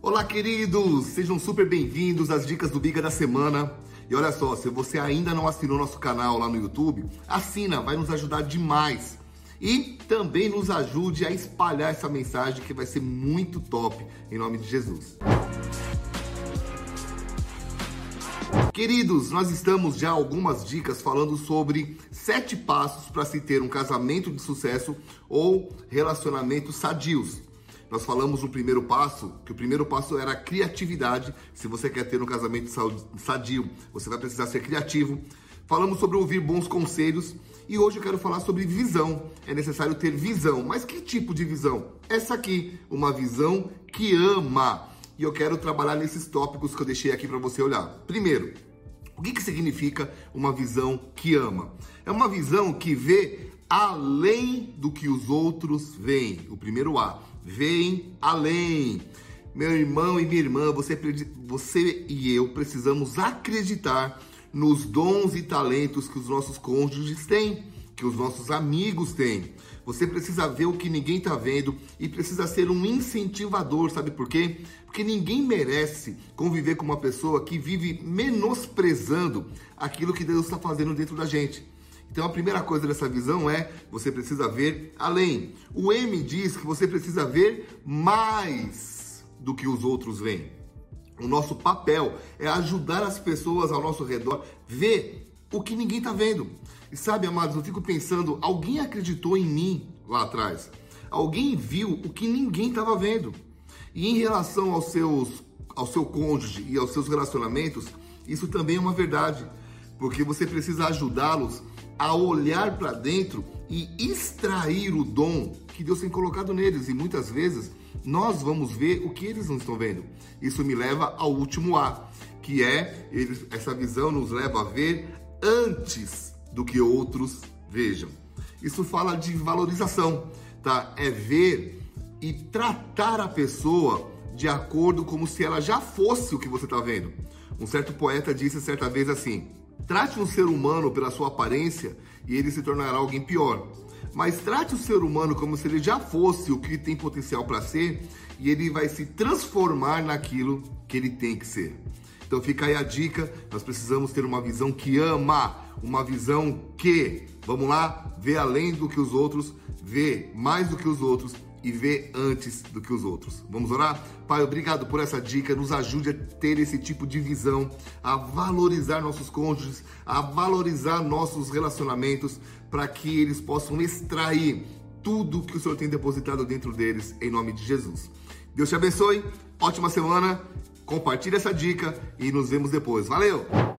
Olá, queridos! Sejam super bem-vindos às dicas do Biga da semana. E olha só, se você ainda não assinou nosso canal lá no YouTube, assina, vai nos ajudar demais. E também nos ajude a espalhar essa mensagem que vai ser muito top, em nome de Jesus. Queridos, nós estamos já algumas dicas falando sobre 7 passos para se ter um casamento de sucesso ou relacionamentos sadios. Nós falamos no primeiro passo, que o primeiro passo era a criatividade. Se você quer ter um casamento sadio, você vai precisar ser criativo. Falamos sobre ouvir bons conselhos e hoje eu quero falar sobre visão. É necessário ter visão. Mas que tipo de visão? Essa aqui, uma visão que ama. E eu quero trabalhar nesses tópicos que eu deixei aqui para você olhar. Primeiro, o que significa uma visão que ama? É uma visão que vê além do que os outros veem. O primeiro A, veem além. Meu irmão e minha irmã, você e eu precisamos acreditar nos dons e talentos que os nossos cônjuges têm, que os nossos amigos têm. Você precisa ver o que ninguém está vendo e precisa ser um incentivador, sabe por quê? Porque ninguém merece conviver com uma pessoa que vive menosprezando aquilo que Deus está fazendo dentro da gente. Então a primeira coisa dessa visão é, você precisa ver além. O M diz que você precisa ver mais do que os outros veem. O nosso papel é ajudar as pessoas ao nosso redor a ver o que ninguém está vendo. E sabe, amados, eu fico pensando, alguém acreditou em mim lá atrás? Alguém viu o que ninguém estava vendo? E em relação ao seu cônjuge e aos seus relacionamentos, isso também é uma verdade. Porque você precisa ajudá-los a olhar para dentro e extrair o dom que Deus tem colocado neles. E muitas vezes nós vamos ver o que eles não estão vendo. Isso me leva ao último A, que é, essa visão nos leva a ver antes do que outros vejam. Isso fala de valorização, tá? É ver e tratar a pessoa de acordo como se ela já fosse o que você está vendo. Um certo poeta disse certa vez assim: trate um ser humano pela sua aparência e ele se tornará alguém pior. Mas trate o ser humano como se ele já fosse o que tem potencial para ser e ele vai se transformar naquilo que ele tem que ser. Então fica aí a dica, nós precisamos ter uma visão que ama, uma visão que, vamos lá, vê além do que os outros, vê mais do que os outros e vê antes do que os outros. Vamos orar? Pai, obrigado por essa dica, nos ajude a ter esse tipo de visão, a valorizar nossos cônjuges, a valorizar nossos relacionamentos, para que eles possam extrair tudo que o Senhor tem depositado dentro deles, em nome de Jesus. Deus te abençoe, ótima semana, compartilhe essa dica e nos vemos depois. Valeu!